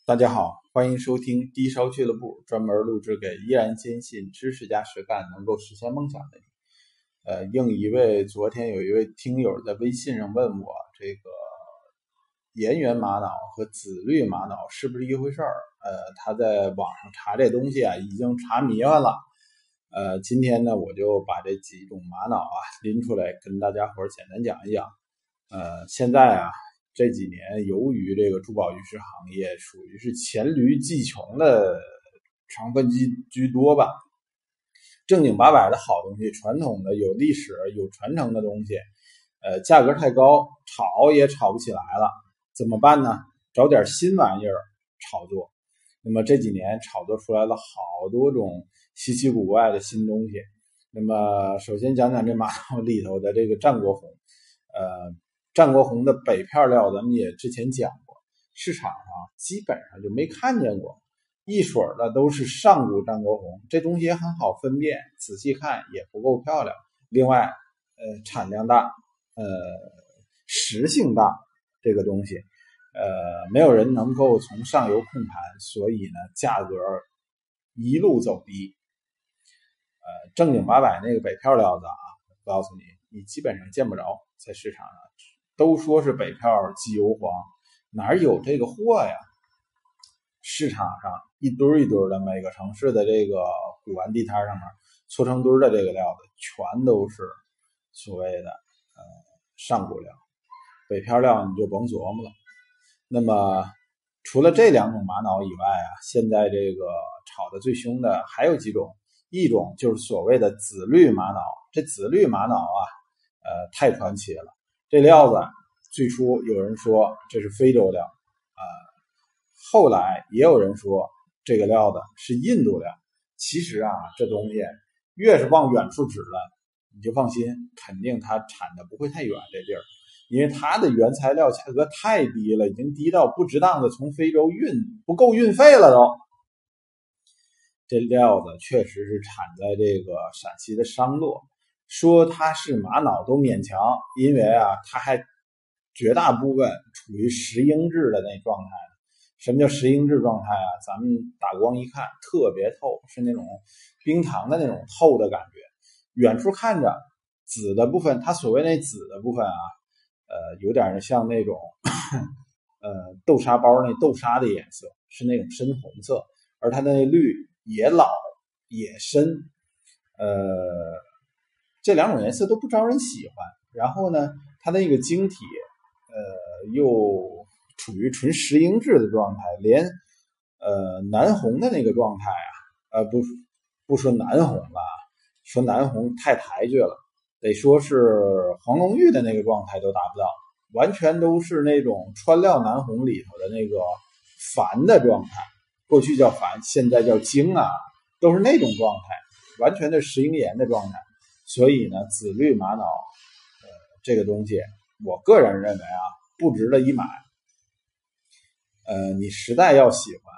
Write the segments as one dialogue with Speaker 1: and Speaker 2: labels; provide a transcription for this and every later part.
Speaker 1: 大家好，欢迎收听低烧俱乐部，专门录制给依然坚信知识加实干能够实现梦想的你。昨天有一位听友在微信上问我，这个盐源玛瑙和紫绿玛瑙是不是一回事儿？他在网上查这东西啊，已经查迷糊了。今天呢，我就把这几种玛瑙啊拎出来跟大家伙简单讲一讲。现在啊，这几年由于这个珠宝玉石行业属于是黔驴技穷的成分居多吧，正经八百的好东西，传统的有历史有传承的东西，价格太高，炒也炒不起来了，怎么办呢？找点新玩意儿炒作。那么这几年炒作出来了好多种稀奇古怪的新东西。那么首先讲讲这玛瑙里头的这个战国红。战国红的北片料咱们也之前讲过，市场上基本上就没看见过，一水儿的都是上古战国红，这东西也很好分辨，仔细看也不够漂亮。另外，产量大，实性大，这个东西，没有人能够从上游控盘，所以呢，价格一路走低。正经八百那个北漂料子啊，我告诉你，你基本上见不着，在市场上都说是北漂机油黄，哪有这个货呀？市场上一堆一堆的，每个城市的这个古玩地摊上面搓成堆的这个料子，全都是所谓的上古料，北漂料你就甭琢磨了。那么除了这两种玛瑙以外啊，现在这个炒的最凶的还有几种，一种就是所谓的紫绿玛瑙。这紫绿玛瑙啊，太传奇了。这料子最初有人说这是非洲料，后来也有人说这个料子是印度料。其实啊，这东西越是往远处指了，你就放心，肯定它产的不会太远这地儿，因为它的原材料价格太低了，已经低到不值当的从非洲不够运费了都。这料子确实是产在这个陕西的商洛，说它是玛瑙都勉强，因为啊，它还绝大部分处于石英质的那状态。什么叫石英质状态啊？咱们打光一看特别透，是那种冰糖的那种透的感觉。远处看着紫的部分，它所谓那紫的部分啊，有点像那种豆沙包那豆沙的颜色，是那种深红色，而它的那绿也老也深，这两种颜色都不招人喜欢。然后呢，它的那个晶体又处于纯石英质的状态，连南红的那个状态啊，不说南红吧，说南红太抬举了，得说是黄龙玉的那个状态都达不到，完全都是那种川料南红里头的那个矾的状态，过去叫矾，现在叫晶啊，都是那种状态，完全的石英岩的状态。所以呢，紫绿玛瑙这个东西，我个人认为啊，不值得一买。你实在要喜欢，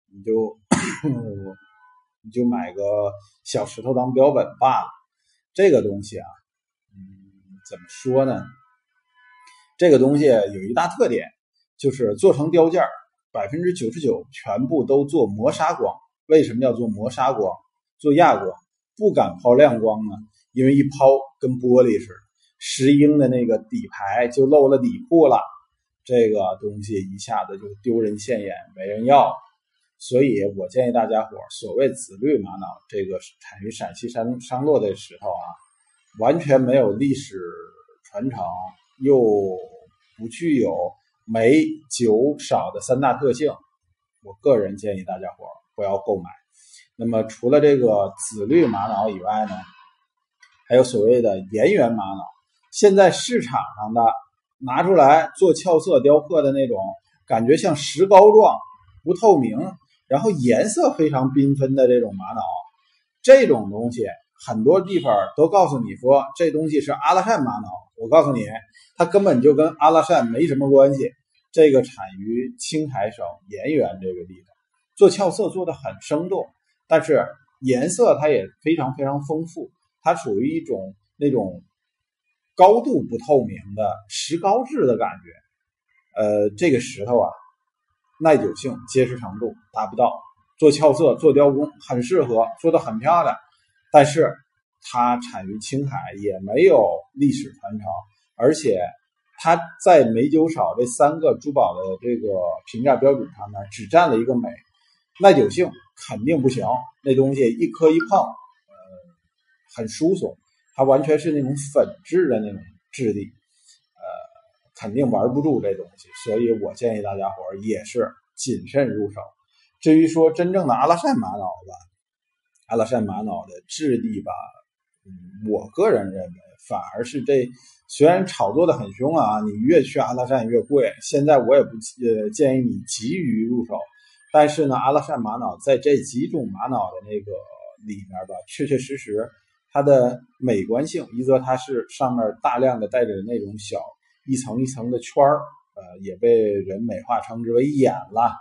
Speaker 1: 你就买个小石头当标本罢了。这个东西啊，怎么说呢？这个东西有一大特点，就是做成雕件，99%全部都做磨砂光。为什么要做磨砂光？做亚光，不敢抛亮光呢？因为一抛跟玻璃似的，石英的那个底牌就露了底裤了。这个东西一下子就丢人现眼，没人要。所以我建议大家伙，所谓紫绿玛瑙，这个产于陕西商洛的石头啊，完全没有历史传承，又不具有美酒少的三大特性，我个人建议大家伙不要购买。那么除了这个紫绿玛瑙以外呢，还有所谓的盐源玛瑙。现在市场上的拿出来做俏色雕刻的那种，感觉像石膏状，不透明，然后颜色非常缤纷的这种玛瑙，这种东西很多地方都告诉你说这东西是阿拉善玛瑙，我告诉你，它根本就跟阿拉善没什么关系。这个产于青海省盐源这个地方，做俏色做得很生动，但是颜色它也非常非常丰富，它属于一种那种高度不透明的石膏质的感觉。这个石头啊， 耐久性、结实程度达不到，做俏色、做雕工很适合，做得很漂亮，但是它产于青海，也没有历史传承，而且它在美酒少这3个珠宝的这个评价标准上面只占了一个美，耐久性肯定不行，那东西一磕一碰很疏松，它完全是那种粉质的那种质地，肯定玩不住这东西，所以我建议大家伙也是谨慎入手。至于说真正的阿拉善玛瑙吧，阿拉善玛瑙的质地吧，我个人认为反而是虽然炒作的很凶啊，你越去阿拉善越贵，现在我也不建议你急于入手，但是呢，阿拉善玛瑙在这几种玛瑙的那个里面吧，确确实实它的美观性，一则它是上面大量的带着那种小一层一层的圈儿，也被人美化称之为眼了，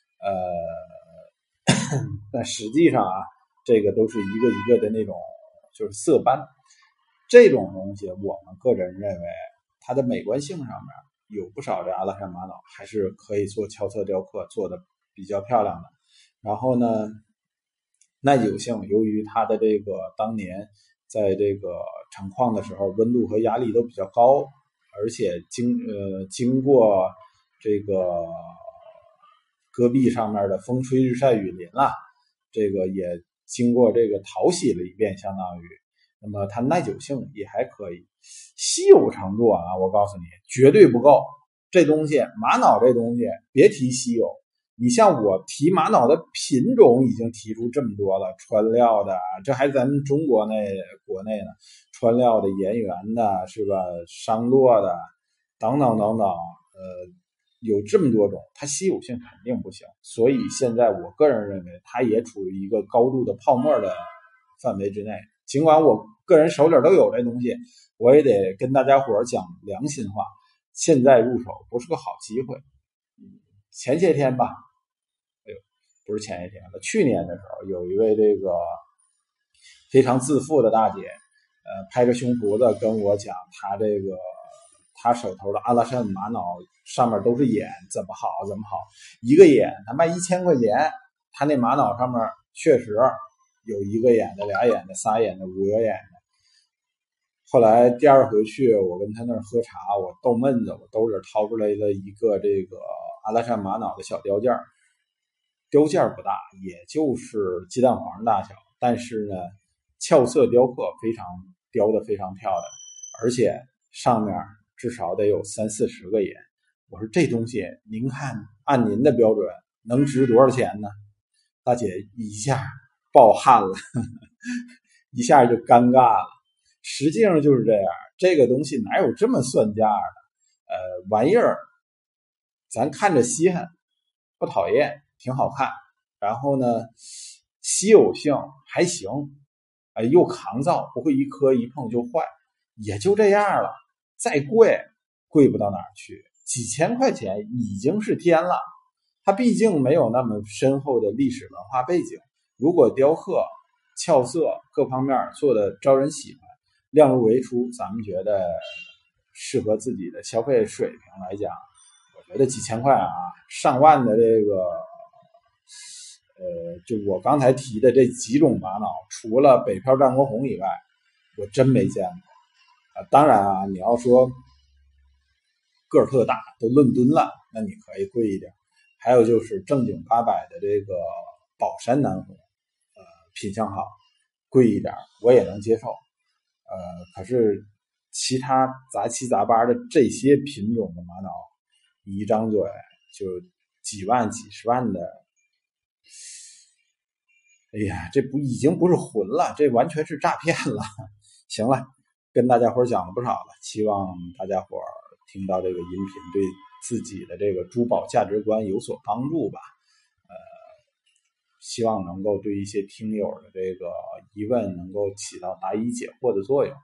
Speaker 1: 但实际上啊，这个都是一个一个的那种就是色斑，这种东西我们个人认为它的美观性上面有不少的阿拉善玛瑙还是可以做俏色雕刻，做的比较漂亮的。然后呢，耐久性，由于它的这个当年在这个产矿的时候温度和压力都比较高，而且经过这个戈壁上面的风吹日晒雨淋了，这个也经过这个淘洗了一遍，相当于，那么它耐久性也还可以，稀有程度啊，我告诉你绝对不够。这东西玛瑙这东西别提稀有，你像我提玛瑙的品种已经提出这么多了，川料的，这还是咱们中国国内呢，川料的、盐源的，是吧？商洛的，等等等等，有这么多种，它稀有性肯定不行。所以现在我个人认为，它也处于一个高度的泡沫的范围之内。尽管我个人手里都有这东西，我也得跟大家伙讲良心话，现在入手不是个好机会。前些天吧，不是前些天了，去年的时候，有一位这个非常自负的大姐，拍着胸脯子跟我讲，她手头的阿拉善玛瑙上面都是眼，怎么好，一个眼她卖1000块钱，她那玛瑙上面确实有1个眼的、2眼的、3眼的、5个眼的。后来第二回去，我跟他那儿喝茶，我逗闷子，我兜里掏出来的一个这个阿拉善玛瑙的小雕件，雕件不大，也就是鸡蛋黄大小，但是呢，俏色雕刻雕得非常漂亮，而且上面至少得有30-40个眼。我说这东西您看按您的标准能值多少钱呢？大姐一下暴汗了，一下就尴尬了。实际上就是这样，这个东西哪有这么算价的？玩意儿咱看着稀罕，不讨厌，挺好看。然后呢，稀有性还行，又抗造，不会一磕一碰就坏，也就这样了。再贵不到哪儿去，几千块钱已经是天了。它毕竟没有那么深厚的历史文化背景，如果雕刻、俏色各方面做的招人喜欢，量入为出，咱们觉得适合自己的消费水平来讲，我觉得几千块啊，上万的这个，就我刚才提的这几种玛瑙，除了北漂战国红以外，我真没见过。当然啊，你要说个儿特大，都论吨了，那你可以贵一点。还有就是正经800的这个宝山南红，品相好，贵一点我也能接受。可是其他杂七杂八的这些品种的玛瑙，一张嘴就几万、几十万的，哎呀，这已经不是混了，这完全是诈骗了。行了，跟大家伙讲了不少了，希望大家伙听到这个音频对自己的这个珠宝价值观有所帮助吧。希望能够对一些听友的这个疑问能够起到答疑解惑的作用。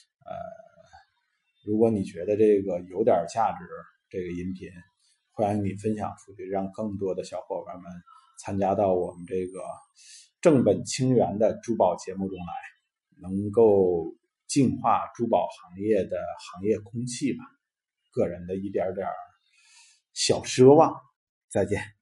Speaker 1: 如果你觉得这个有点价值，这个音频欢迎你分享出去，让更多的小伙伴们参加到我们这个正本清源的珠宝节目中来，能够净化珠宝行业的行业空气吧。个人的一点点小奢望。再见。